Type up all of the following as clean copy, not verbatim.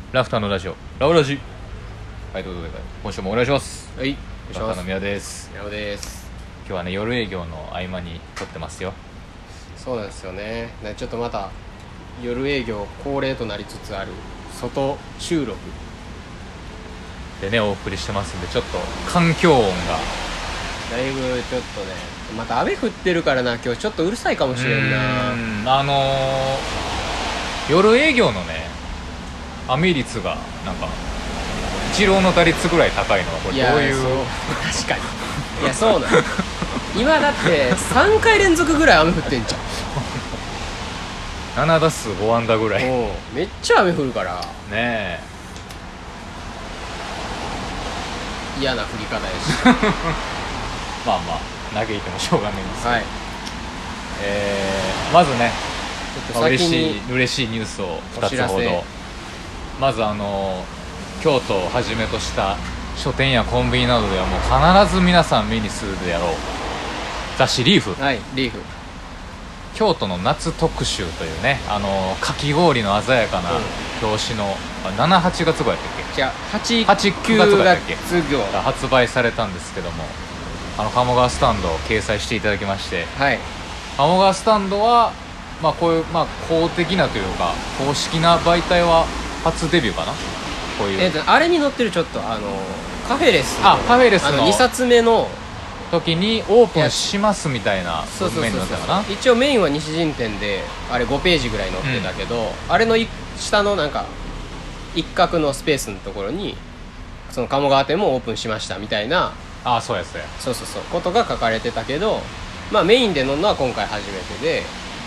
ラフターのラジオラウラジ。はい、ということで今週もお願いします。 はい、 ラフターの宮です。 宮尾です。 今日はね、夜営業の合間に撮ってますよ。 そうなんですよね。ちょっとまた夜営業恒例となりつつある外収録でね、お送りしてますんで、ちょっと環境音がだいぶちょっとね、また雨降ってるからな、今日ちょっとうるさいかもしれんな。 夜営業のね、雨率がなんか一郎の打率ぐらい高いのはこれどういう。 そう確かにいやそうなの今だって3回連続ぐらい雨降ってんじゃん 7打数5安打ぐらいねめっちゃ雨降るからえ、 嫌な降り方やしまあまあ嘆いてもしょうがないんですけど、 はい、 まずね、 ちょっと先に嬉しいニュースを2つほど。まず京都をはじめとした書店やコンビニなどではもう必ず皆さん目にするであろう雑誌リーフ。 はい、リーフ京都の夏特集というね、かき氷の鮮やかな表紙の、7、8月号やったっけ。 じゃあ8、 9月号やったっけ号が発売されたんですけども、鴨川スタンドを掲載していただきまして、 はい、 鴨川スタンドはこういう公的なというか公式な媒体は初デビューかな。こういうあれに載ってるちょっとカフェレスカフェレスの 2冊目の時にオープンしますみたいな文面になったかな。一応メインは西陣店であれ5ページぐらい載ってたけど、あれの下のなんか一角のスペースのところにその鴨川店もオープンしましたみたいな、 そうやそうことが書かれてたけど、メインで載るのは今回初めてで、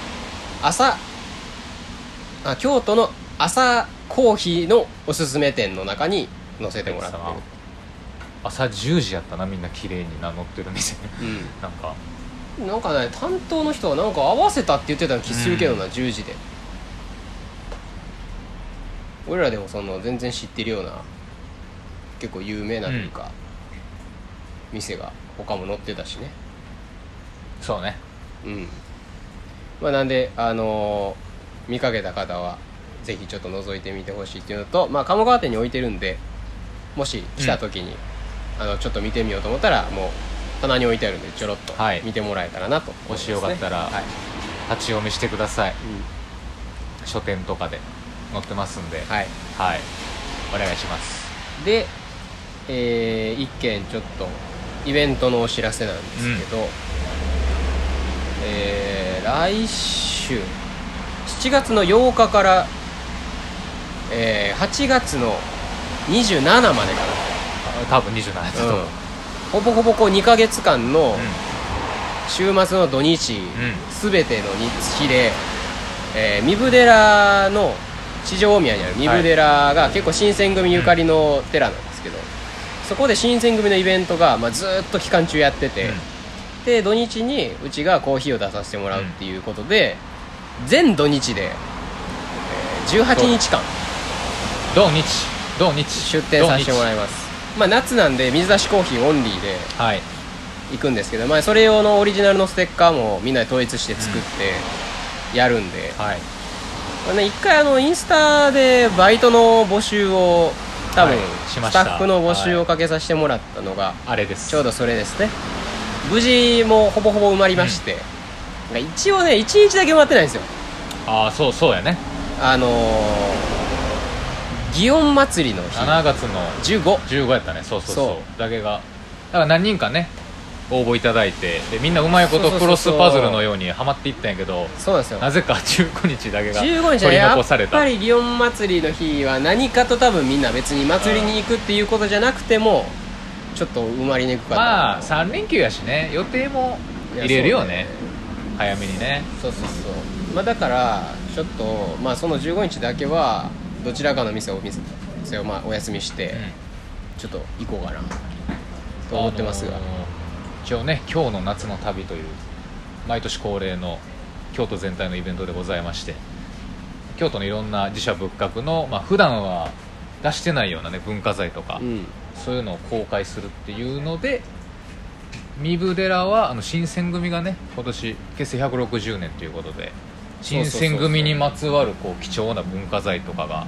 京都の朝コーヒーのおすすめ店の中に載せてもらってる。 朝10時やったな、みんな綺麗に名乗ってる店、 なんかね、担当の人がなんか合わせたって言ってたの気するけどな、10時で。俺らでもその全然知ってるような結構有名なというか、店が他も載ってたしね。 そうね。 なんで見かけた方はぜひちょっと覗いてみてほしいっていうのと、鴨川店に置いてるんで、もし来た時に、ちょっと見てみようと思ったらもう棚に置いてあるんでちょろっと見てもらえたらなと思います、ね。 もしよかったら、立ち読みしてください。書店とかで載ってますんで、お願いします。 で、一件ちょっとイベントのお知らせなんですけど、来週7月の8日から、8月の27までかな、 多分27だと思う。 ほぼほぼこう2ヶ月間の週末の土日、全ての日で、壬生寺の四条大宮にある壬生寺が結構新選組ゆかりの寺なんですけど、そこで新選組のイベントが、ずっと期間中やってて、で土日にうちがコーヒーを出させてもらうっていうことで、全土日で、18日間土日出店させてもらいます。夏なんで水出しコーヒーオンリーで行くんですけど、それ用のオリジナルのステッカーもみんなで統一して作ってやるんで、一回インスタでバイトの募集を多分スタッフの募集をかけさせてもらったのがあれです。 ちょうどそれですね。無事もうほぼほぼ埋まりまして、一応ね1日だけ埋まってないんですよ。 そうやね。 祇園祭りの日 7月の15やったね。そうだけがだから何人かね応募いただいて、でみんなうまいことクロスパズルのようにはまっていったんやけど、 そうなんですよ。 なぜか15日だけが 15日取り残された。 やっぱり祇園祭りの日は何かと多分みんな別に祭りに行くっていうことじゃなくてもちょっと埋まりにくかった。 3連休やしね、予定も入れるよね、早めにね。 だからちょっとその15日だけはどちらかの店をお休みして、ちょっと行こうかなと思ってますが、 一応ね、今日の夏の旅という毎年恒例の京都全体のイベントでございまして、京都のいろんな寺社仏閣の、普段は出してないようなね文化財とか、そういうのを公開するっていうので、壬生寺は新選組がね今年結成160年ということで、新選組にまつわる貴重な文化財とかが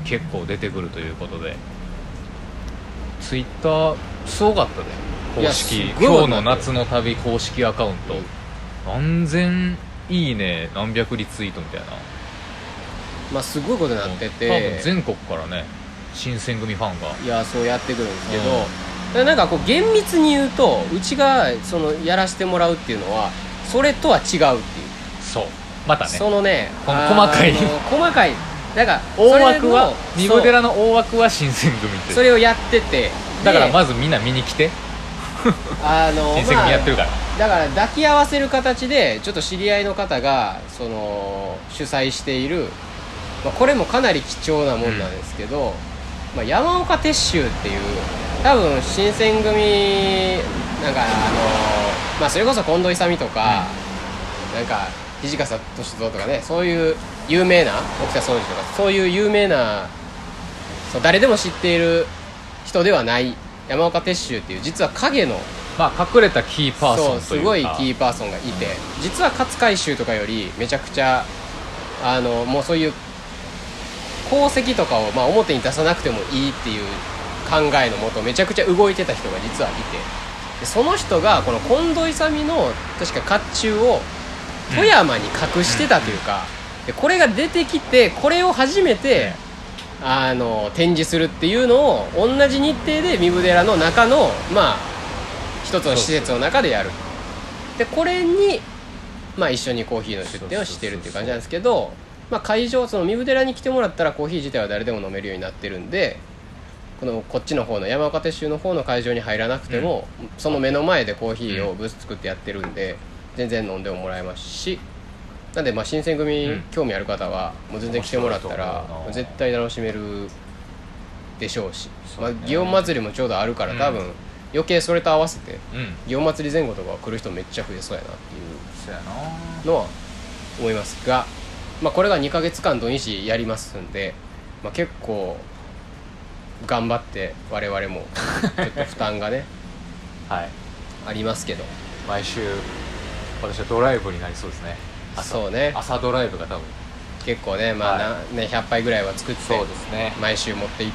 結構出てくるということで、ツイッターすごかったで、公式いやすごい今日の夏の旅公式アカウント、何千いいね何百リツイートみたいな、 まあすごいことになってて、 多分全国からね新選組ファンが、 いやそうやってくるんですけど、なんかこう厳密に言うとうちがそのやらせてもらうっていうのはそれとは違うっていう、 そうまたねそのねこの細かい細かいだから大枠はそれの三部寺の大枠は新選組って、 それをやってて、 だからでまずみんな見に来て、新選まあ組やってるから、 だから抱き合わせる形でちょっと知り合いの方がその主催している、まあ、これもかなり貴重なもんなんですけど、まあ、山岡鉄舟っていう多分新選組なんかまあ、それこそ近藤勇とか、なんか土方歳三とかね、そういう有名な沖田総司とかそういう有名な誰でも知っている人ではない山岡鉄舟っていう実は影のまあ隠れたキーパーソンというか、 そうすごいキーパーソンがいて、実は勝海舟とかよりめちゃくちゃもうそういう功績とかをまあ表に出さなくてもいいっていう考えのもとめちゃくちゃ動いてた人が実はいて、でその人がこの近藤勇の確か甲冑を富山に隠してたというか、でこれが出てきてこれを初めて展示するっていうのを同じ日程で壬生寺の中のまあ一つの施設の中でやる。でこれにまあ一緒にコーヒーの出店をしてるっていう感じなんですけど、まあ会場その壬生寺に来てもらったらコーヒー自体は誰でも飲めるようになってるんで、こっちの方の山岡鉄舟の方の会場に入らなくても、その目の前でコーヒーをブース作ってやってるんで全然飲んでもらえますし、なんでまあ新選組興味ある方はもう全然来てもらったら絶対楽しめるでしょうし、まあ祇園祭りもちょうどあるから多分余計それと合わせて祇園祭り前後とか来る人めっちゃ増えそうやなっていうのは思いますが、まあこれが2ヶ月間土日やりますんで、まあ結構頑張って我々もちょっと負担がねはいありますけど、 毎週私はドライブになりそうですね。 そうね、 朝ドライブが多分結構ね、まあね100杯ぐらいは作ってそうですね、 毎週持って行って、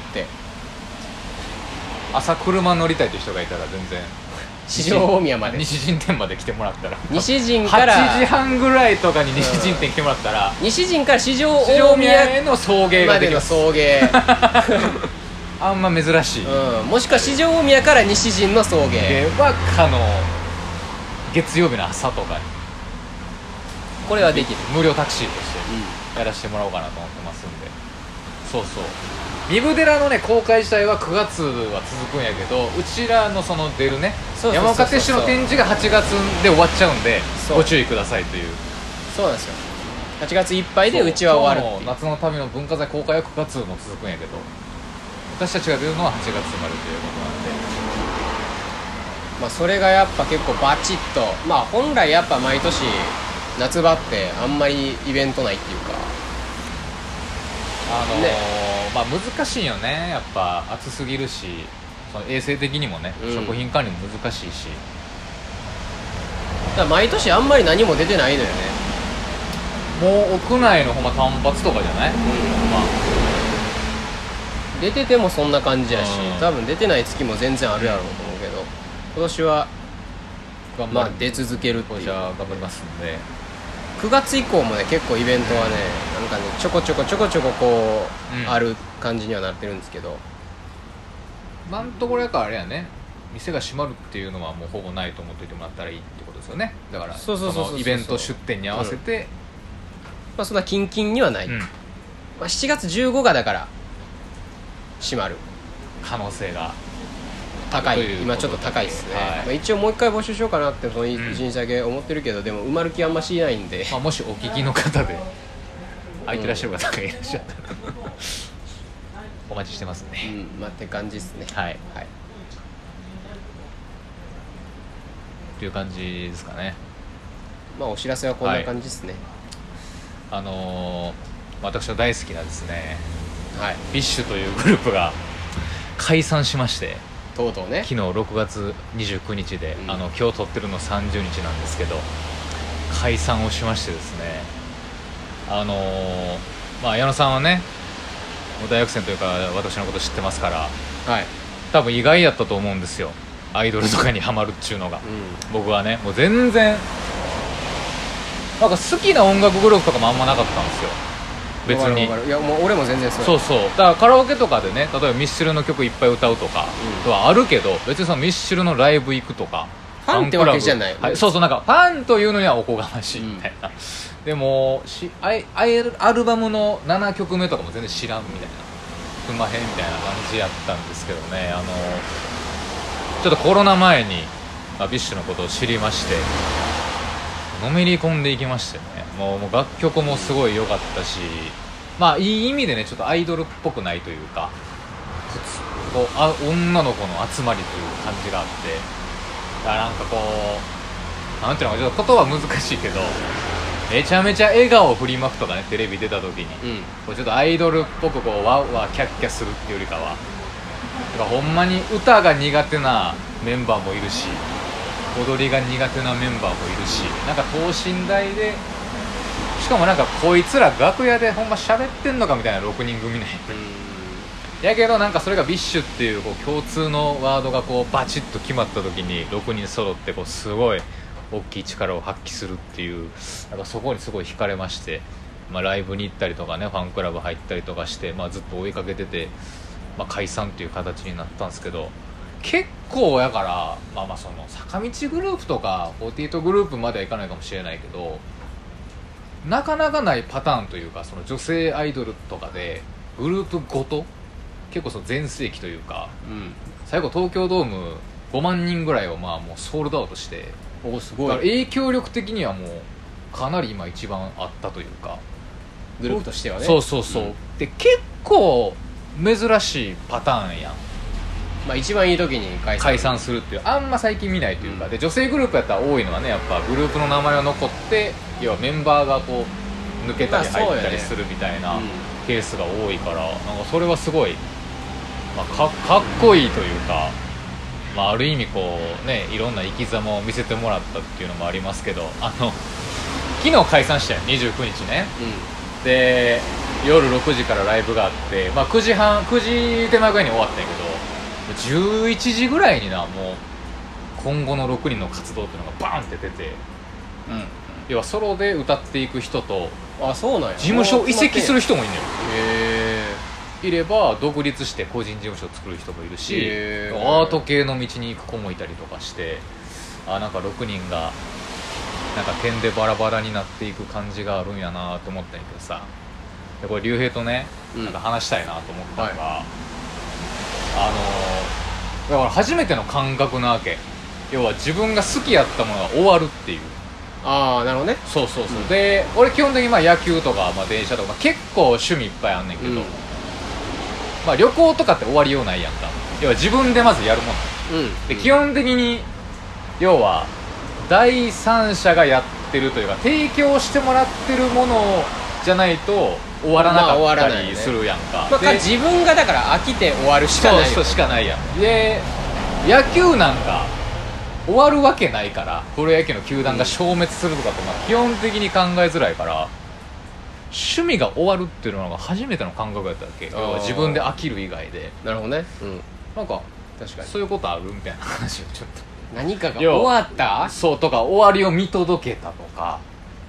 朝車乗りたいという人がいたら全然四条大宮まで西陣店まで来てもらったら、 西陣から 8時半ぐらいとかに西陣店来てもらったら、 西陣から四条四条大宮宮への送迎までのができます送迎あんま珍しい、 もしくは四条大宮から西陣の送迎では月曜日の朝とかにこれはできる。 無料タクシーとしてやらせてもらおうかなと思ってますんで、そうそう壬生寺のね公開自体は9月は続くんやけど、うちらのその出るね山岡鉄舟の展示が8月で終わっちゃうんでご注意くださいという。 そうなんですよ、8月いっぱいでうちは終わるっていう。 夏の旅の文化財公開は9月も続くんやけど、私たちが出るのは8月までということなんで、 まあそれがやっぱ結構バチッと、まあ本来やっぱ毎年夏場ってあんまりイベントないっていうかまあ難しいよね、やっぱ暑すぎるし、その衛生的にもね、食品管理も難しいし、 だから毎年あんまり何も出てないのよね。 もう屋内のほんま単発とかじゃない、 出ててもそんな感じやし、 うん多分出てない月も全然あるやろうと思うけど、今年はまあ出続けるっていう。 じゃあ頑張りますんで、 9月以降もね結構イベントはねなんかねちょこちょここう、ある感じにはなってるんですけど、 今んところやからあれやね、店が閉まるっていうのはもうほぼないと思っておいてもらったらいいってことですよね。だからそうのイベント出店に合わせて、 まあそんなキンキンにはない、まあ、7月15がだから閉まる可能性が高い、 ということで今ちょっと高いですね、 はいまあ、一応もう一回募集しようかなってその1日だけ思ってるけど、でも埋まる気あんましないんで、 まあ、もしお聞きの方で空いてらっしゃる方がいらっしゃったら、お待ちしてますね、 まあって感じですね。 はい、という感じですかね。 まあお知らせはこんな感じですね。 私の大好きなですね、 はい、 ビッシュというグループが解散しまして、 とうとうね昨日6月29日で、今日撮ってるの30日なんですけど解散をしましてですね、まあ、矢野さんはね大学生というか私のこと知ってますから、 はい、 多分意外やったと思うんですよ、アイドルとかにハマるっちゅうのが、僕はねもう全然なんか好きな音楽グループとかもあんまなかったんですよ別に。 いやもう俺も全然そうそうだからカラオケとかでね、例えばミッシルの曲いっぱい歌うとかとはあるけど、別にそのミッシルのライブ行くとかファンってわけじゃない、 はい、そうそうなんかファンというのにはおこがましいみたいな、でもアルバムの7曲目とかも全然知らんみたいな、すんまへんみたいな感じやったんですけどね、ちょっとコロナ前に、ビッシュのことを知りまして、のめり込んでいきましてね、もう楽曲もすごい良かったし、まあいい意味でねちょっとアイドルっぽくないというか、こう女の子の集まりという感じがあって、だからなんかこうなんていうのかちょっと言葉難しいけど、めちゃめちゃ笑顔を振りまくとかね、テレビ出た時に、こうちょっとアイドルっぽくこうワッワッキャッキャするっていうよりかは、だからほんまに歌が苦手なメンバーもいるし、踊りが苦手なメンバーもいるし、なんか等身大で、しかもなんかこいつら楽屋でほんま喋ってんのかみたいな6人組ね、やけどなんかそれがビッシュっていうこう共通のワードがこうバチッと決まった時に6人揃ってこうすごい大きい力を発揮するっていう、なんかそこにすごい惹かれまして、ライブに行ったりとかね、ファンクラブ入ったりとかして、ずっと追いかけてて、解散っていう形になったんですけど、結構やから、その坂道グループとか48グループまではいかないかもしれないけど、なかなかないパターンというか、その女性アイドルとかでグループごと結構その全盛期というか、最後東京ドーム5万人ぐらいをもうソールドアウトして、 すごいだから影響力的にはもうかなり今一番あったというか、 グループとしてはね。 そうそうそう、で結構珍しいパターンやん、 一番いい時に解散するっていう、あんま最近見ないというか、で女性グループやったら多いのはね、やっぱグループの名前が残って、要はメンバーがこう抜けたり入ったりするみたいなケースが多いから、なんかそれはすごい、かっこいいというか、ある意味こうね、いろんな生き様を見せてもらったっていうのもありますけど、昨日解散したよ29日ね、で夜6時からライブがあって、9時手前ぐらいに終わったんやけど、11時ぐらいにもう今後の6人の活動っていうのがバーンって出て、要はソロで歌っていく人と、 そうなんや、 事務所移籍する人もいるのよ。 へいれば独立して個人事務所を作る人もいるし、アート系の道に行く子もいたりとかして、なんか6人がなんか点でバラバラになっていく感じがあるんやなと思ったんやけどさ、でこれ竜兵とね、なんか話したいなと思ったのが、だから初めての感覚なわけ、要は自分が好きやったものが終わるっていう。 なるほどね。 そう、で俺基本的に野球とか、電車とか、結構趣味いっぱいあんねんけど、旅行とかって終わりようないやんか。要は自分でまずやるもの、で基本的に要は第三者がやってるというか、提供してもらってるものじゃないと終わらなかったりするやんか、 自分がだから飽きて終わるしかないよ、 そうしかないやん。で野球なんか終わるわけないから、プロ野球の球団が消滅するとかって基本的に考えづらいから、趣味が終わるっていうのが初めての感覚だったわけ。要は自分で飽きる以外で。 なるほどね、 なんか確かにそういうことあるみたいな話をちょっと、 何かが終わった、 そうとか、終わりを見届けたとか、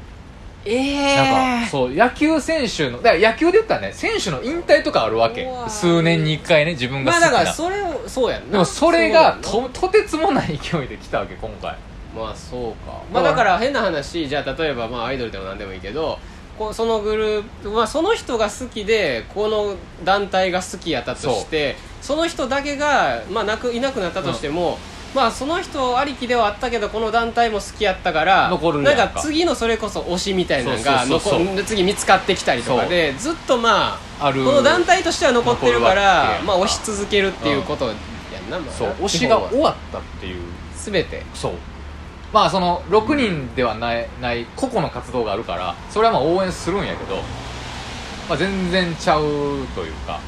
なんかそう野球選手の、だから野球で言ったらね、選手の引退とかあるわけ、数年に1回ね、自分が好きな。 だからそれをそうやんな。 でもそれがとてつもない勢いで来たわけ今回。 そうか。だから変な話、じゃあ例えばアイドルでも何でもいいけど、そのグループ、その人が好きでこの団体が好きやったとして、その人だけが、いなくなったとしても、その人ありきではあったけどこの団体も好きやったから残るんなんか次のそれこそ推しみたいなのが次見つかってきたりとかで、ずっとこの団体としては残ってるから推し続けるっていうことやんな。 そう、推しが終わったっていう全て。 そう、その6人ではない個々の活動があるから、それは応援するんやけど、全然ちゃうというか、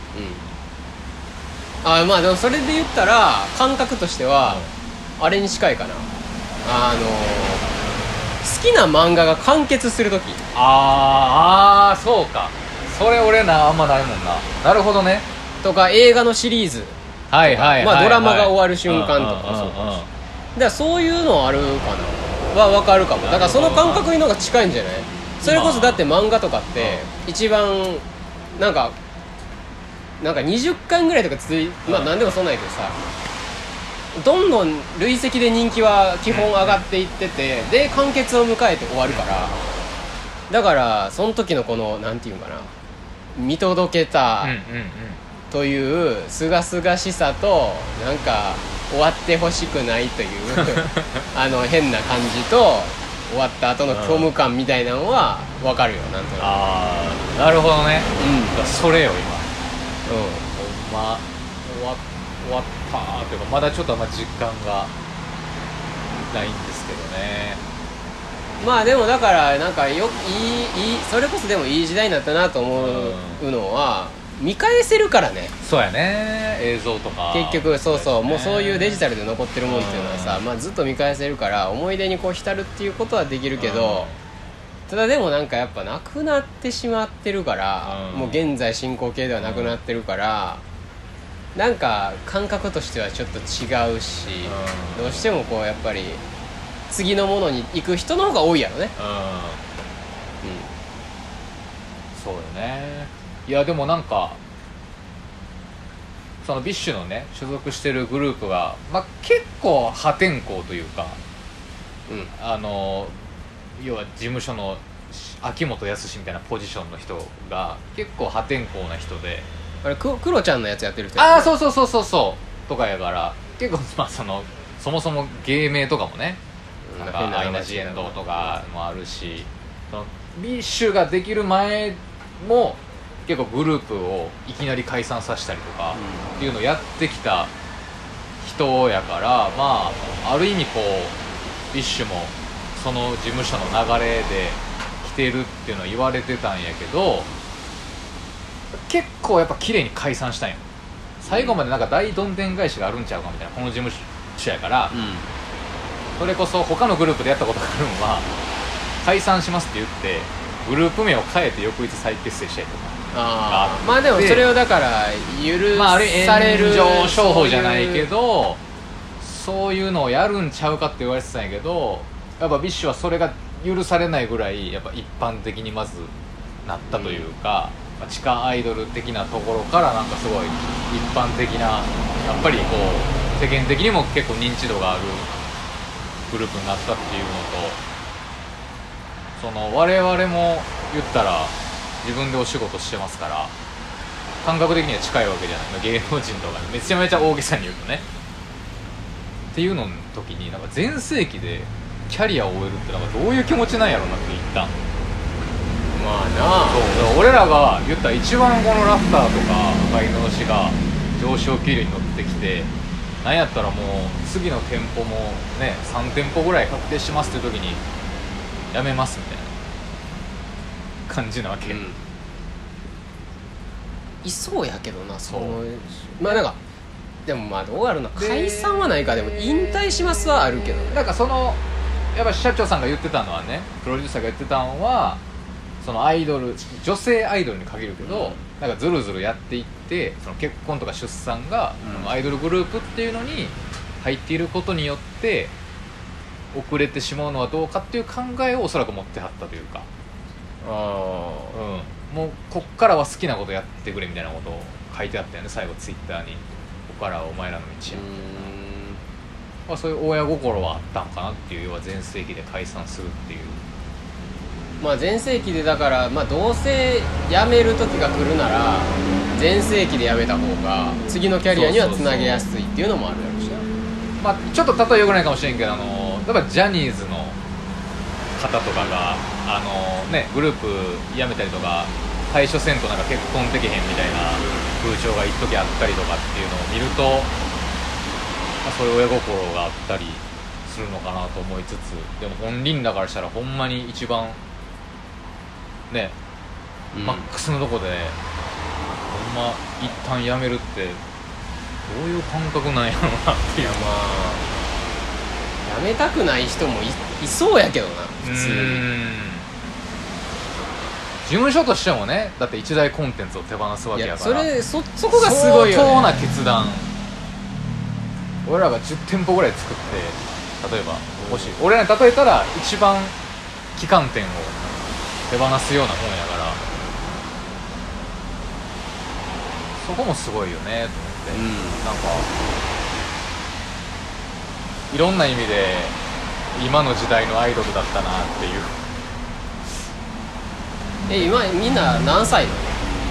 でもそれで言ったら感覚としてはあれに近いかな。好きな漫画が完結するとき、 そうか、 それ俺あんまないもんな。なるほどね。 とか映画のシリーズ、 はいはいはい、はい、 まあ、ドラマが終わる瞬間とかそうかもしれない。だからそういうのあるかなは分かるかも。だからその感覚にのが近いんじゃない。それこそだって漫画とかって一番なんか20巻ぐらいとか続いて、まあ何でもそんなんやけどさ、どんどん累積で人気は基本上がっていってて、で完結を迎えて終わるから、だからその時のこのなんていうかな、見届けたというすがすがしさと、なんか終わってほしくないという変な感じと、終わった後の虚無感みたいなのは分かるよ、なんとなく。 ああ、なるほどね。それよ今。ほんま終わったーというか、まだちょっと実感がないんですけどね。 まあでもだからなんかいいそれこそでもいい時代になったなと思うのは、見返せるからね。 そうやね、映像とか結局そうそう、もうそういうデジタルで残ってるもんっていうのはさ、まあ、ずっと見返せるから思い出にこう浸るっていうことはできるけど、ただでもなんかやっぱなくなってしまってるから、もう現在進行形ではなくなってるから、なんか感覚としてはちょっと違うし、どうしてもこうやっぱり次のものに行く人の方が多いやろね。 そうよね。いやでもなんかそのビッシュのね所属してるグループが、まあ、結構破天荒というか、要は事務所の秋元康みたいなポジションの人が結構破天荒な人で、 あれクロちゃんのやつやってる人やね。そうとかやから、結構まあそもそも芸名とかもね、なんかアイナ・ジ・エンドとかもあるし、そのビッシュができる前も結構グループをいきなり解散させたりとかっていうのをやってきた人やから、まあある意味こうビッシュもその事務所の流れで来てるっていうのは言われてたんやけど、結構やっぱ綺麗に解散したんよ。最後までなんか大どんでん返しがあるんちゃうかみたいな、この事務所やから、それこそ他のグループでやったことがあるのは、解散しますって言ってグループ名を変えて翌日再結成したりとか。 まあでもそれをだから許される、 炎上商法じゃないけど、そういうのをやるんちゃうかって言われてたんやけど、やっぱビッシュはそれが許されないぐらいやっぱ一般的にまずなったというか、地下アイドル的なところからなんかすごい一般的な、やっぱりこう世間的にも結構認知度があるグループになったっていうのと、その我々も言ったら自分でお仕事してますから、感覚的には近いわけじゃない、芸能人とかめちゃめちゃ大げさに言うとねっていうのの時に、なんか全盛期でキャリアを終えるってなんかどういう気持ちなんやろうなって言ったん。 まあなあ、 そう俺らが言ったら一番このラフターとか赤いのしが上昇気流に乗ってきて、なんやったらもう次の店舗もね3店舗ぐらい確定しますって時にやめますみたいな感じなわけ、 いそうやけどな、そのまあなんかでもまあどうやるの、解散はないか、でも引退しますはあるけど、 なんかそのやっぱ社長さんが言ってたのはね、プロデューサーが言ってたのは、そのアイドル、女性アイドルに限るけど、なんかずるずるやっていって、その結婚とか出産が、アイドルグループっていうのに入っていることによって遅れてしまうのはどうかっていう考えをおそらく持ってはったというか、もうこっからは好きなことやってくれみたいなことを書いてあったよね、最後ツイッターに。ここからはお前らの道や、そういう親心はあったんかなっていう。要は全盛期で解散するっていう、 まあ全盛期でだから、まあどうせ辞める時が来るなら全盛期で辞めた方が次のキャリアにはつなげやすいっていうのもあるやろうしな。 まあちょっと例えよくないかもしれんけど、例えばジャニーズの方とかがグループ辞めたりとか対処せんとなんか結婚できへんみたいな風潮が一時あったりとかっていうのを見ると、そういう親心があったりするのかなと思いつつ、でも本人らからしたらほんまに一番ね、マックスのとこでほんま一旦やめるってどういう感覚なんやろうなっていう。 まあやめたくない人も いそうやけどな、普通に。 事務所としてもねだって一大コンテンツを手放すわけやからそこがすごいよね。 相当な決断。俺らが10店舗ぐらい作って例えばもし俺らに例えたら一番旗艦店を手放すようなもんやからそこもすごいよねと思って、なんかいろんな意味で今の時代のアイドルだったなっていう。 今みんな何歳なの？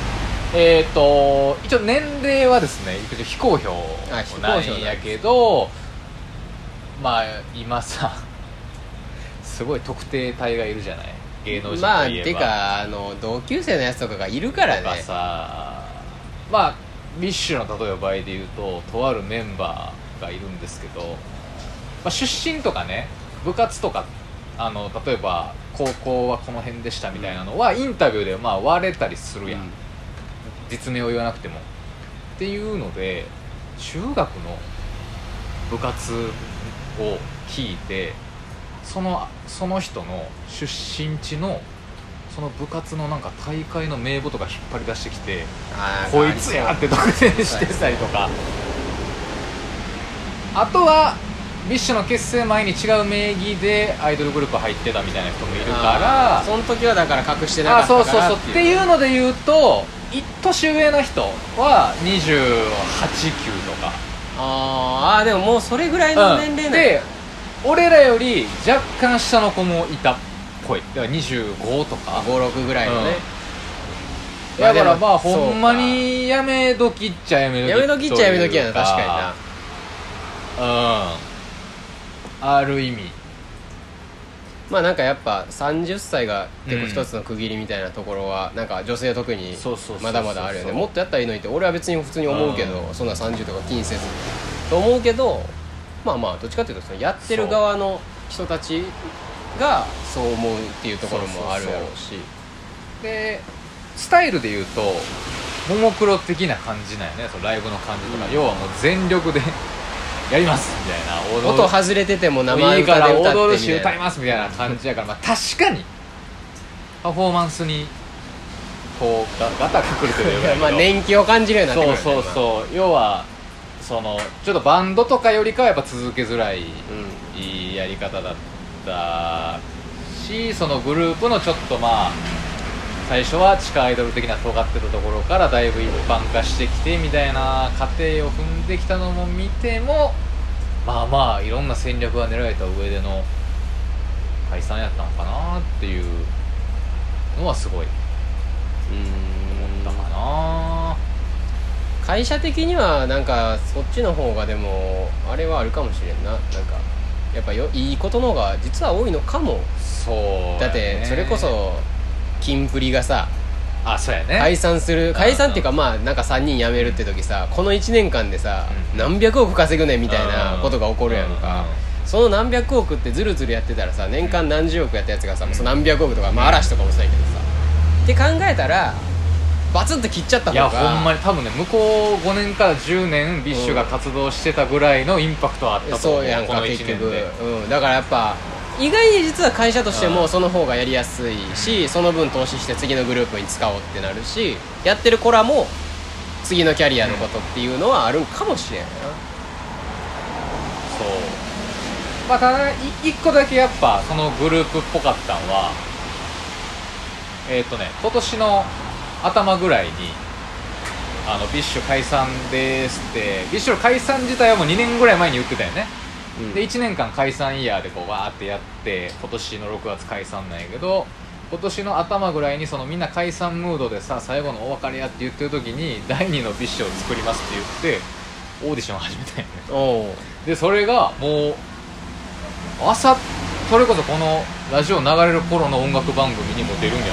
一応年齢はですね一応非公表なんやけど、まあ今さすごい特定体がいるじゃない、芸能人といえば。 まあてか同級生のやつとかがいるからね。 とかさ、まあビッシュの例えば場合で言うととあるメンバーがいるんですけど、まあ、出身とかね部活とか例えば高校はこの辺でしたみたいなのはインタビューでまあ割れたりするやん、実名を言わなくてもっていうので中学の部活を聞いてその人の出身地のその部活のなんか大会の名簿とか引っ張り出してきてこいつやって特定してたりとか、あとはビッシュの結成前に違う名義でアイドルグループ入ってたみたいな人もいるからその時はだから隠してなかったからそうっていうので言うと一年上の人は28、9とかでももうそれぐらいの年齢なんで俺らより若干下の子もいたっぽい。だから25とか 56ぐらいのね、 だからまあほんまにやめ時っちゃやめ時やめ時っちゃやめ時やな、確かにな。 ある意味まあなんかやっぱ30歳が結構一つの区切りみたいなところはなんか女性は特にまだまだあるよね。もっとやったらいいのにって俺は別に普通に思うけど、そんな30とか気にせずと思うけど、まあまあどっちかっていうとそのやってる側の人たちがそう思うっていうところもあるやろうし、 でスタイルで言うとももクロ的な感じなんよね、そのライブの感じとか、要はもう全力でやりますみたいな、 音外れてても生いいから歌で歌って踊るしみたいな歌いますみたいな感じやから、まあ確かにパフォーマンスにこうガタが来るというかまあ年季を感じるようになってくるそう要はそのちょっとバンドとかよりかはやっぱ続けづらい、いいやり方だったし、そのグループのちょっとまあ最初は地下アイドル的な尖ってたところからだいぶ一般化してきてみたいな過程を踏んできたのも見ても、まあまあいろんな戦略が練られた上での解散やったのかなっていうのはすごい思ったかな。 会社的にはなんかそっちの方がでもあれはあるかもしれんな。なんかやっぱいいことの方が実は多いのかも。 そうやね、 だってそれこそキンプリがさそうやね、 解散っていうかまあなんか3人辞めるって時さ、この1年間でさ、何百億稼ぐねんみたいなことが起こるやんか。その何百億ってズルズルやってたらさ、年間何十億やったやつがさ、その何百億とか、まあ嵐とかもそうやけどさって考えたらバツンと切っちゃった方が、 いやほんまに多分ね向こう5年から10年ビッシュが活動してたぐらいのインパクトはあったと思う、 そうやんかこの1 結局、 年で、 だからやっぱ意外に実は会社としてもその方がやりやすいし、その分投資して次のグループに使おうってなるし、やってる子らも次のキャリアのことっていうのはあるんかもしれんな。 そうまあただ1個だけやっぱそのグループっぽかったんは今年の頭ぐらいにビッシュ解散ですって、ビッシュの解散自体はもう2年ぐらい前に言ってたよね、で1年間解散イヤーでこうわーってやって今年の6月解散なんやけど、今年の頭ぐらいにそのみんな解散ムードでさ最後のお別れやって言ってる時に第2のビッシュを作りますって言ってオーディションを始めたんよね。でそれがもう朝それこそこのラジオ流れる頃の音楽番組にも出るんやって、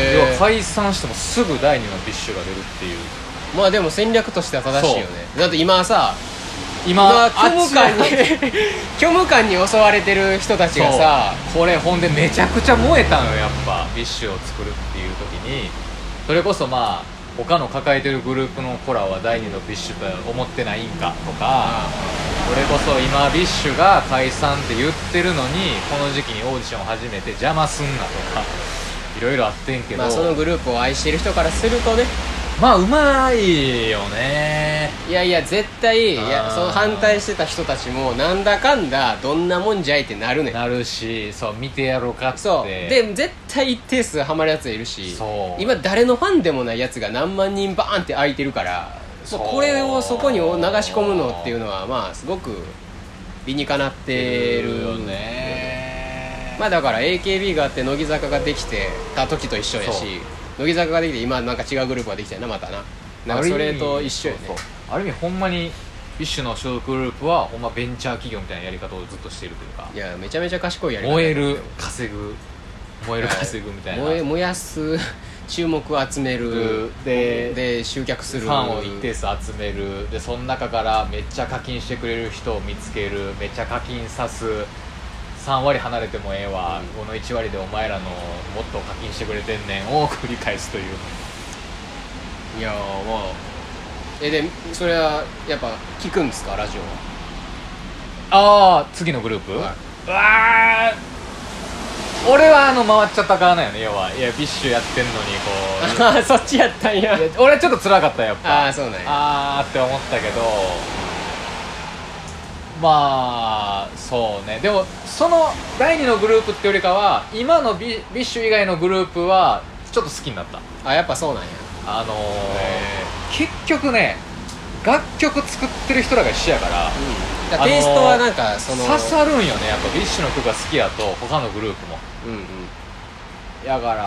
要は解散してもすぐ第2のビッシュが出るっていう。 まあでも戦略としては正しいよね。だって今さ今虚無感に襲われてる人たちがさ、 これほんでめちゃくちゃ燃えたのよやっぱビッシュを作るっていう時に、それこそまあ他の抱えてるグループの子らは第2のビッシュと思ってないんかとか、それこそ今ビッシュが解散って言ってるのにこの時期にオーディションを始めて邪魔すんなとか、 いろいろあってんけど、 まあそのグループを愛してる人からするとね、 まあうまいよね。 いやいや絶対、いやあーその反対してた人たちもなんだかんだどんなもんじゃいってなるねん。 なるし、そう見てやろうかってそうで絶対一定数ハマるやついるし、 そう今誰のファンでもないやつが何万人バーンって空いてるから、 そうもうこれをそこに流し込むのっていうのはまあすごく理にかなってるよね。 まあだから AKB があって乃木坂ができてた時と一緒やそうし、乃木坂ができて今なんか違うグループができたよな、またな、なんかそれと一緒やね。 そうある意味ほんまにビッシュの所属グループはほんまベンチャー企業みたいなやり方をずっとしているというか、 いやめちゃめちゃ賢いやり方燃える稼ぐみたいな、 燃やす注目を集めるで集客するファンを一定数集めるで、その中からめっちゃ課金してくれる人を見つける、めっちゃ課金さす、3割離れてもええわ、この1割でお前らのもっと課金してくれてんねんを繰り返すという。 いやーまあでそれはやっぱ聞くんですか、ラジオは。 ああ次のグループ、 はうわー俺は回っちゃった側なんよね。要はいやビッシュやってんのにこああそっちやったんや。 ういや俺ちょっと辛かったやっぱ。 ああそうなんや。 あーって思ったけど、まあそうね。でもその第2のグループってよりかは今のビッシュ以外のグループはちょっと好きになった。 あやっぱそうなんや。 結局ね楽曲作ってる人らが一緒やからだからテイストはなんかその刺さるんよね。やっぱビッシュの曲が好きやと他のグループもうんうんやから、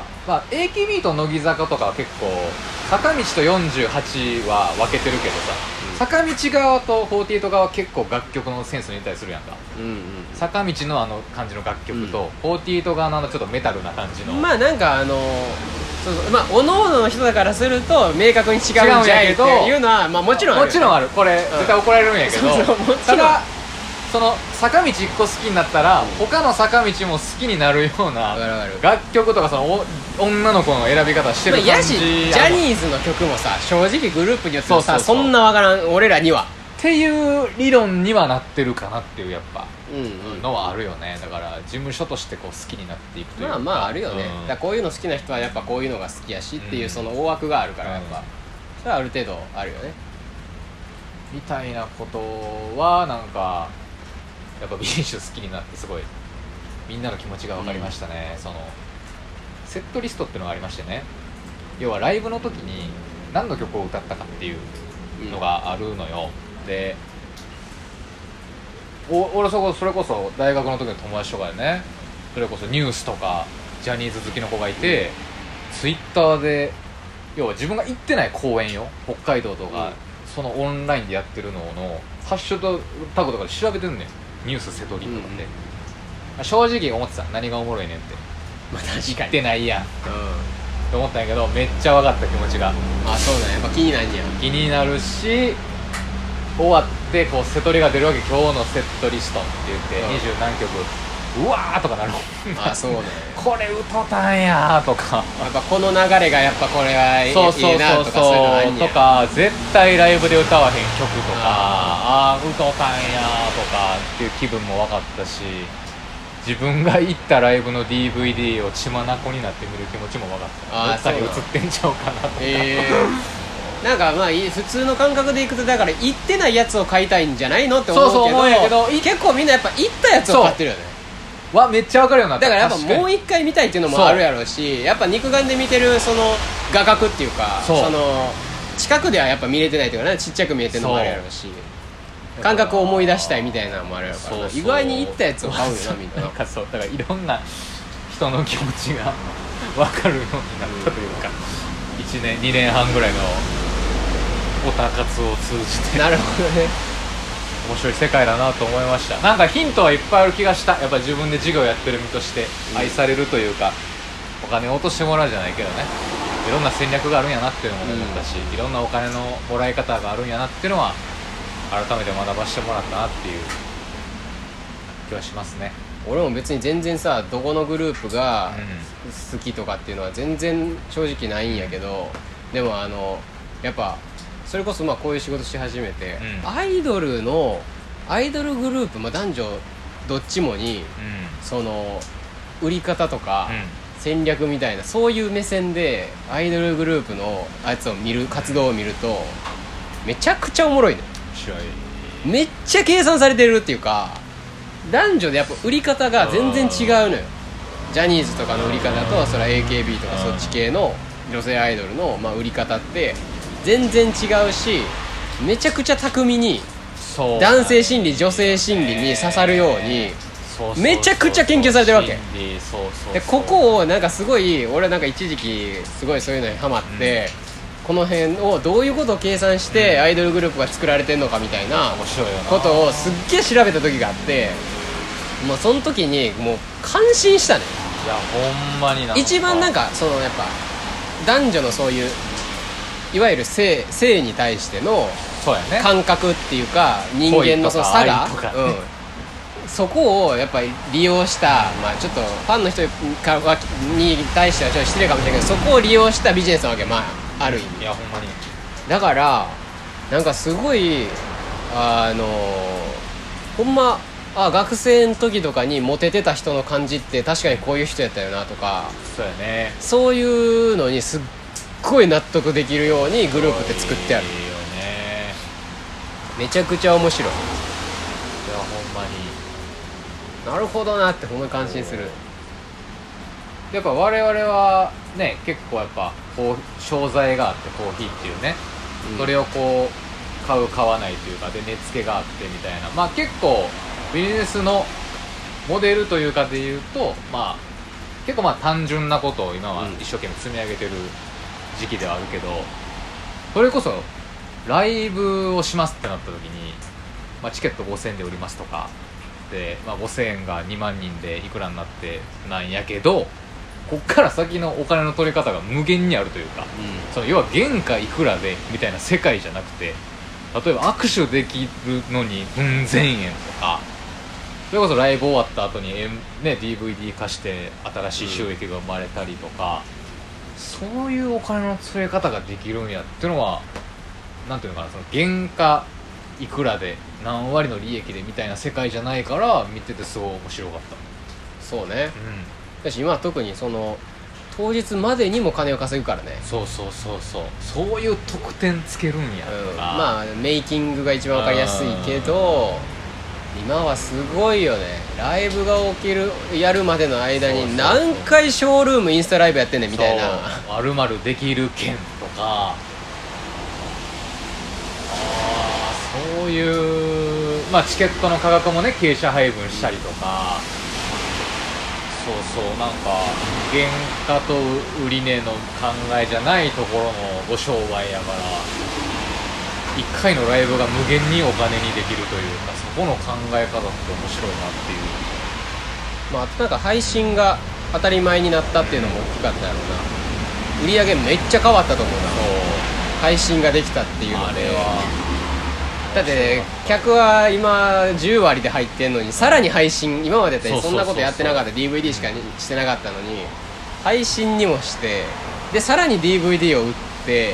まあ、AKB と乃木坂とかは結構坂道と48は分けてるけどさ、坂道側と48側は結構楽曲のセンスに似たりするやんか。坂道の感じの楽曲と、48側のちょっとメタルな感じの、 まあなんかそうそうまあ各々の人だからすると明確に違うんじゃいっていうのはまあもちろんあるもちろんある。これ、絶対怒られるんやけど、 そうそうもちろんただその坂道一個好きになったら、他の坂道も好きになるようなわかるわかる楽曲とかその女の子の選び方してる感じ、 まあやしジャニーズの曲もさ正直グループによってはさそうそうそうそんなわからん俺らにはっていう理論にはなってるかなっていうやっぱうんのはあるよね。だから事務所としてこう好きになっていくというか、 まあまああるよね、 うんだからこういうの好きな人はやっぱこういうのが好きやしっていうその大枠があるからやっぱ、それはある程度あるよね。 みたいなことはなんかやっぱビーシュ好きになってすごいみんなの気持ちが分かりましたね。そのセットリストっていうのがありましてね、要はライブの時に何の曲を歌ったかっていうのがあるのよ。で俺それこそ大学の時の友達とかでね、それこそニュースとかジャニーズ好きの子がいて、ツイッターで要は自分が行ってない公演よ、北海道とか、そのオンラインでやってるののハッシュタグとかで調べてんねん、ニュース瀬戸りとかって、正直思ってた、何がおもろいねんって、 まあ確行かにってないやんって思ったんやけど、めっちゃ分かった気持ちがあそうだね、やっぱ気になんや。 気になるし、終わってこう瀬戸りが出るわけ、今日のセットリストって言って20何曲うわーとかなるあそうねこれ歌たんやーとかやっぱこの流れがやっぱこれはいいそうそうそうなとかそういうのあんそうねやとか、絶対ライブで歌わへん曲とか、ああ歌たんやーとかっていう気分も分かったし、自分が行ったライブの DVD を血眼になって見る気持ちも分かった。どっかに映ってんちゃうかなとか、 なんかまあ普通の感覚でいくとだから行ってないやつを買いたいんじゃないのって思うけど、 そうそう思うんやけど結構みんなやっぱ行ったやつを買ってるよね。 わめっちゃ分かるようになった。 だからやっぱ確かにもう一回見たいっていうのもあるやろうし、やっぱ肉眼で見てるその画角っていうか、 そうその近くではやっぱ見れてないというかね、ちっちゃく見えてるのもあるやろうし、感覚を思い出したいみたいなのもあるやろうからな、 そうそう意外に行ったやつを買うよなみんななんかそうだからいろんな人の気持ちが分かるようになったというか、1年2年半ぐらいのオタ活を通じてなるほどね。 面白い世界だなと思いました。なんかヒントはいっぱいある気がした。やっぱ自分で事業やってる身として愛されるというか、お金を落としてもらうじゃないけどね、いろんな戦略があるんやなっていうのも思ったし、いろんなお金のもらい方があるんやなっていうのは改めて学ばせてもらったなっていう気はしますね。 俺も別に全然さどこのグループが好きとかっていうのは全然正直ないんやけど、でもやっぱそれこそまあこういう仕事し始めて、アイドルグループ、まあ、男女どっちもにその売り方とか、 戦略みたいなそういう目線でアイドルグループのやつを見る活動を見るとめちゃくちゃおもろいね。 面白い。 めっちゃ計算されてるっていうか、男女でやっぱ売り方が全然違うのよ。ジャニーズとかの売り方とそれは AKB とかそっち系の女性アイドルの売り方って全然違うし、めちゃくちゃ巧みに男性心理女性心理に刺さるようにめちゃくちゃ研究されてるわけで、ここをなんかすごい俺なんか一時期すごいそういうのにハマって、この辺をどういうことを計算してアイドルグループが作られてんのかみたいなことをすっげえ調べた時があって、もうその時にもう感心したね。 いやほんまに一番なんかそのやっぱ男女のそういういわゆる性に対しての感覚っていうか人間のその差が、そこをやっぱり利用した、ちょっとファンの人に対してはちょっと失礼かもしれないけど、そこを利用したビジネスなわけ、ある意味。 いやほんまにだからなんかすごいほんま学生の時とかにモテてた人の感じって確かにこういう人やったよなとか、 そうやね、 そういうのにすっごい納得できるようにグループって作ってある。 いいよね。 めちゃくちゃ面白い。 いやほんまになるほどなってほんまに感心する。 やっぱ我々はね結構やっぱこう商材があってコーヒーっていうね、それをこう買う買わないというかで値付けがあってみたいな、結構ビジネスのモデルというかでいうと結構単純なことを今は一生懸命積み上げてる時期ではあるけど、それこそライブをしますってなった時に、チケット5000円で売りますとかで、5000円が2万人でいくらになってなんやけど、こっから先のお金の取り方が無限にあるというか、その要は原価いくらでみたいな世界じゃなくて、例えば握手できるのにうん千円とか、それこそライブ終わった後に、DVD 化して新しい収益が生まれたりとか、そういうお金の使い方ができるんやっていうのは、なんていうのかな、その原価いくらで何割の利益でみたいな世界じゃないから見ててすごい面白かった。 そうね、だし今は特にその当日までにも金を稼ぐからね。 そういう得点つけるんやとか、 メイキングが一番わかりやすいけど、今はすごいよね。ライブがやるまでの間に何回ショールームインスタライブやってんねんみたいな。 丸々できる券とか、そういう、チケットの価格もね傾斜配分したりとか、なんか原価と売値の考えじゃないところのご商売やから、1回のライブが無限にお金にできるというか、そこの考え方って面白いなっていう。 なんか配信が当たり前になったっていうのも大きかったやろうな。売り上げめっちゃ変わったと思うな。配信ができたっていうので。だって客は今10割で入ってんのに、さらに配信、今までだったらそんなことやってなかった、DVD しかしてなかったのに配信にもして、でさらに DVD を売って、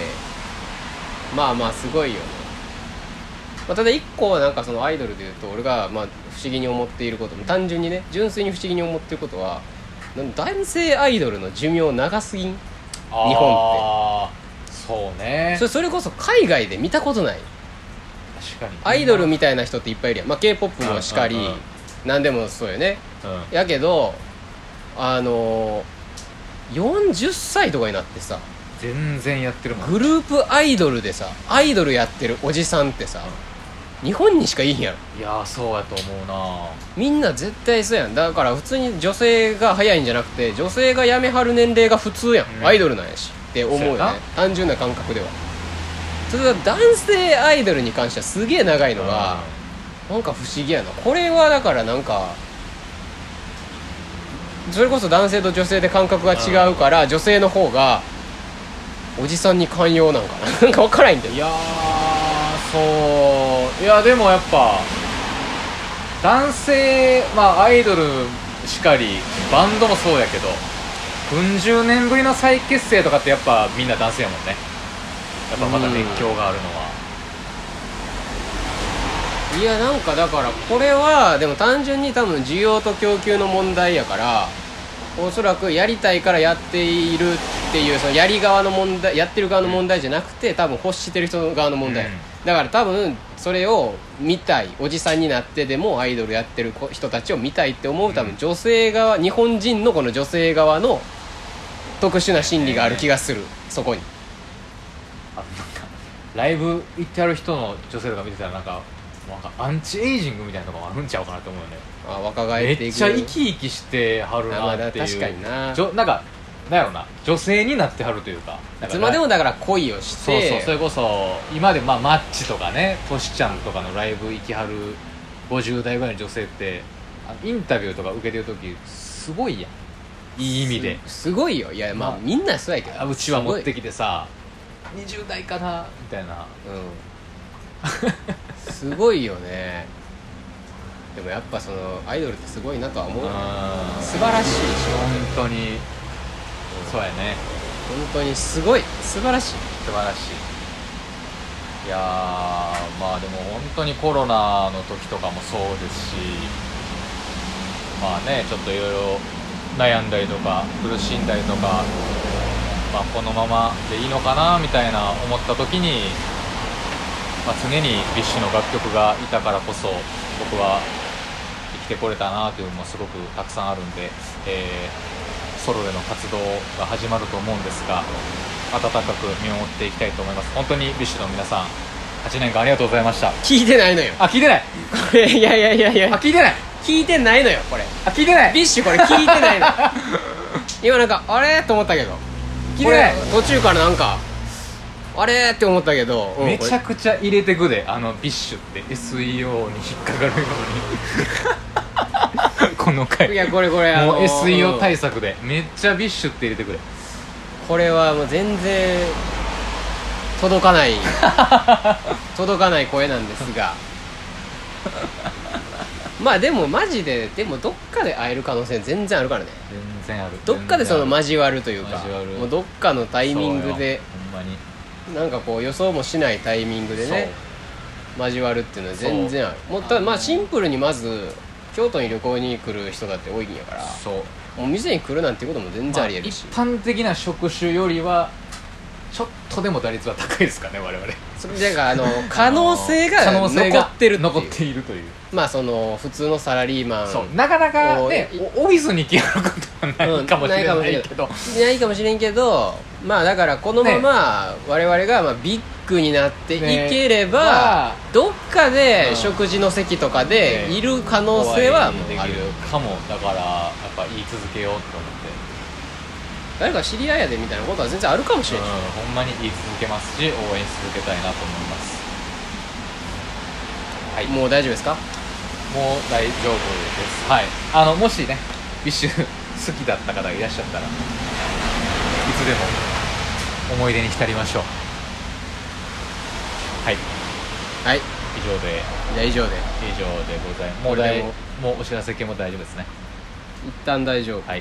すごいよね。ただ一個なんかそのアイドルでいうと俺が不思議に思っていることも、単純にね純粋に不思議に思っていることは、男性アイドルの寿命長すぎん？日本って。 そうね。 それこそ海外で見たことない。 確かにアイドルみたいな人っていっぱいいるやん。K-POP もしかり、何でもそうよね、やけど40歳とかになってさ全然やってるもん。 グループアイドルでさアイドルやってるおじさんってさ、日本にしかいいんやろ。 いやそうやと思うな。 みんな絶対そうやん。だから普通に女性が早いんじゃなくて、女性が辞めはる年齢が普通やん、アイドルなんやしって思うよね、単純な感覚では。それが男性アイドルに関してはすげえ長いのがなんか不思議やな。これはだからなんかそれこそ男性と女性で感覚が違うから、女性の方がおじさんに寛容なんかななんか分からへんけど。 いやでもやっぱ男性、アイドルしかりバンドもそうやけど、うん十年ぶりの再結成とかってやっぱみんな男性やもんね。やっぱまた熱狂があるのは。 いやなんかだからこれはでも単純に多分需要と供給の問題やから、 おそらくやりたいからやっているっていうそのやり側の問題、やってる側の問題じゃなくて、多分欲してる人側の問題、だから多分それを見たい、おじさんになってでもアイドルやってる人たちを見たいって思う、多分女性側、日本人のこの女性側の特殊な心理がある気がする、そこに。 あ、なんかライブ行ってある人の女性とか見てたらなんかアンチエイジングみたいなのがあるんちゃうかなと思うよね。 若返っていく、 めっちゃ生き生きしてはるなっていう、 確かにな、 なんかなんやろな、女性になってはるというか、 いつまでもだから恋をして、 そうそれこそ今でマッチとかね、トシちゃんとかのライブ行きはる50代ぐらいの女性ってインタビューとか受けてる時すごいやん、いい意味ですごいよ。いやみんなそうやけど、 うちは持ってきてさ20代かなみたいな、 すごいよね。でもやっぱそのアイドルってすごいなとは思う。素晴らしいし、 本当に、そうやね、 本当にすごい、素晴らしい、 素晴らしい。いやー、まあでも本当にコロナの時とかもそうですし、まあね、ちょっといろいろ悩んだりとか苦しんだりとか、まあ、このままでいいのかなみたいな思った時に、まあ、常にビッシュの楽曲がいたからこそ僕は生きてこれたなというのもすごくたくさんあるんで、ソロでの活動が始まると思うんですが、温かく見守っていきたいと思います。本当にビッシュの皆さん8年間ありがとうございました。 聞いてないのよ。 あ、聞いてない。 これいや聞いてない。 聞いてないのよこれ。 聞いてない。 ビッシュこれ聞いてないの今なんかあれと思ったけど、 聞いてない。 途中からなんかあれって思ったけど、 めちゃくちゃ入れてくで、ビッシュって SEO に引っかかるようにこの回、 いやこれもう SEO 対策でめっちゃビッシュって入れてくれ。 これはもう全然届かない届かない声なんですがまあでもマジで、でもどっかで会える可能性全然あるからね。 全然ある。 どっかでその交わるというか、 交わる、 もうどっかのタイミングで、 ほんまになんかこう予想もしないタイミングでね交わるっていうのは全然ある。もうただまあシンプルにまず京都に旅行に来る人だって多いんやから、 そう、 もう店に来るなんていうことも全然ありえるし、 一般的な職種よりはちょっとでも打率は高いですかね、我々。 それだから可能性が残ってる残っているという、 まあその普通のサラリーマン、 そうなかなかねオフィスに来やることはないかもしれないけど、 ないかもしれんけど、まあだからこのまま我々がまあビッグになっていければ、どっかで食事の席とかでいる可能性はもうあるかも。だからやっぱ言い続けようと思って、 誰か知り合いやでみたいなことは全然あるかもしれない、 ほんまに言い続けますし応援し続けたいなと思います。はい、 もう大丈夫ですか？ もう大丈夫です。はい、もしねビッシュ好きだった方がいらっしゃったらいつでも思い出に浸りましょう。はい、 はい、 以上でございます。もうお知らせ系も大丈夫ですね。 一旦大丈夫。 はい、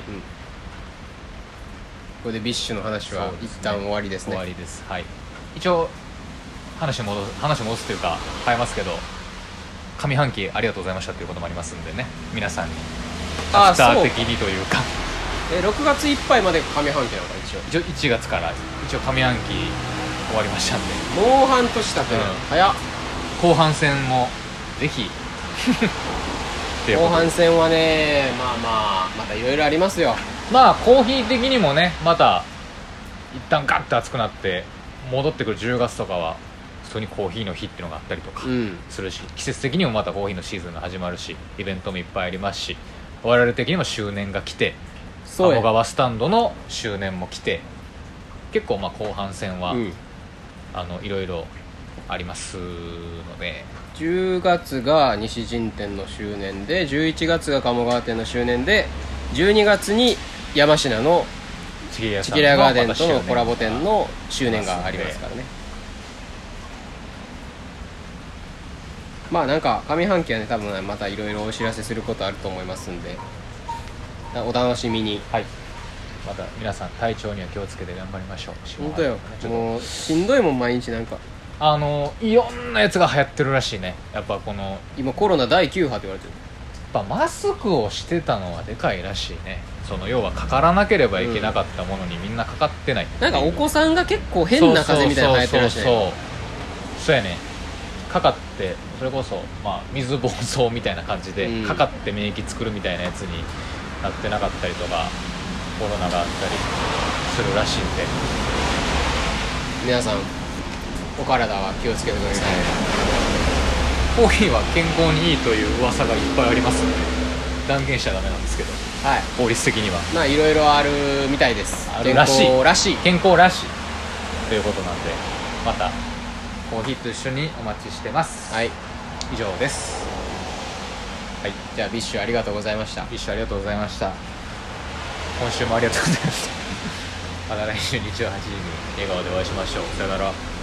これでビッシュの話は一旦終わりですね。 終わりです。はい、一応話戻すというか変えますけど、上半期ありがとうございましたということもありますんでね、皆さんにアフター的にというか 6月いっぱいまで上半期なのか。 一応1月から上半期終わりましたんで、 もう半年経ってる、早っ。 後半戦もぜひ後半戦はね、またいろいろありますよ。 まあコーヒー的にもね、また一旦ガッと熱くなって戻ってくる10月とかは普通にコーヒーの日っていうのがあったりとかするし、季節的にもまたコーヒーのシーズンが始まるし、イベントもいっぱいありますし、我々的にも周年が来て、鴨川スタンドの周年も来て、結構まあ後半戦は、いろいろありますので、 10月が西陣店の周年で、11月が鴨川店の周年で、12月に山科のチキレアガーデンとのコラボ店の周年がありますからね。まあなんか上半期はね、多分またいろいろお知らせすることあると思いますんで、お楽しみに。 はい、また皆さん体調には気をつけて頑張りましょう。 本当よ、もうしんどいもん毎日。なんかいろんなやつが流行ってるらしいね。やっぱこの今コロナ第9波って言われてる。 やっぱマスクをしてたのはでかいらしいね。 その要はかからなければいけなかったものにみんなかかってないっていう、 なんかお子さんが結構変な風邪みたいなの流行ってるらしいね。 そうやね、かかってそれこそ、まあ、水疱瘡みたいな感じで、かかって免疫作るみたいなやつになってなかったりとかコロナがあったりするらしいんで、 皆さんお体は気をつけてください。 コーヒーは健康にいいという噂がいっぱいありますので断言しちゃダメなんですけど、 はい、 法律的にはまあいろいろあるみたいです。 あるらしい、 健康らしい健康らしいということなんで、またコーヒーと一緒にお待ちしてます。 はい、 以上です。はい、 じゃあビッシュありがとうございました。 ビッシュありがとうございました。今週もありがとうございました。また来週日曜8時に笑顔でお会いしましょう。さよなら。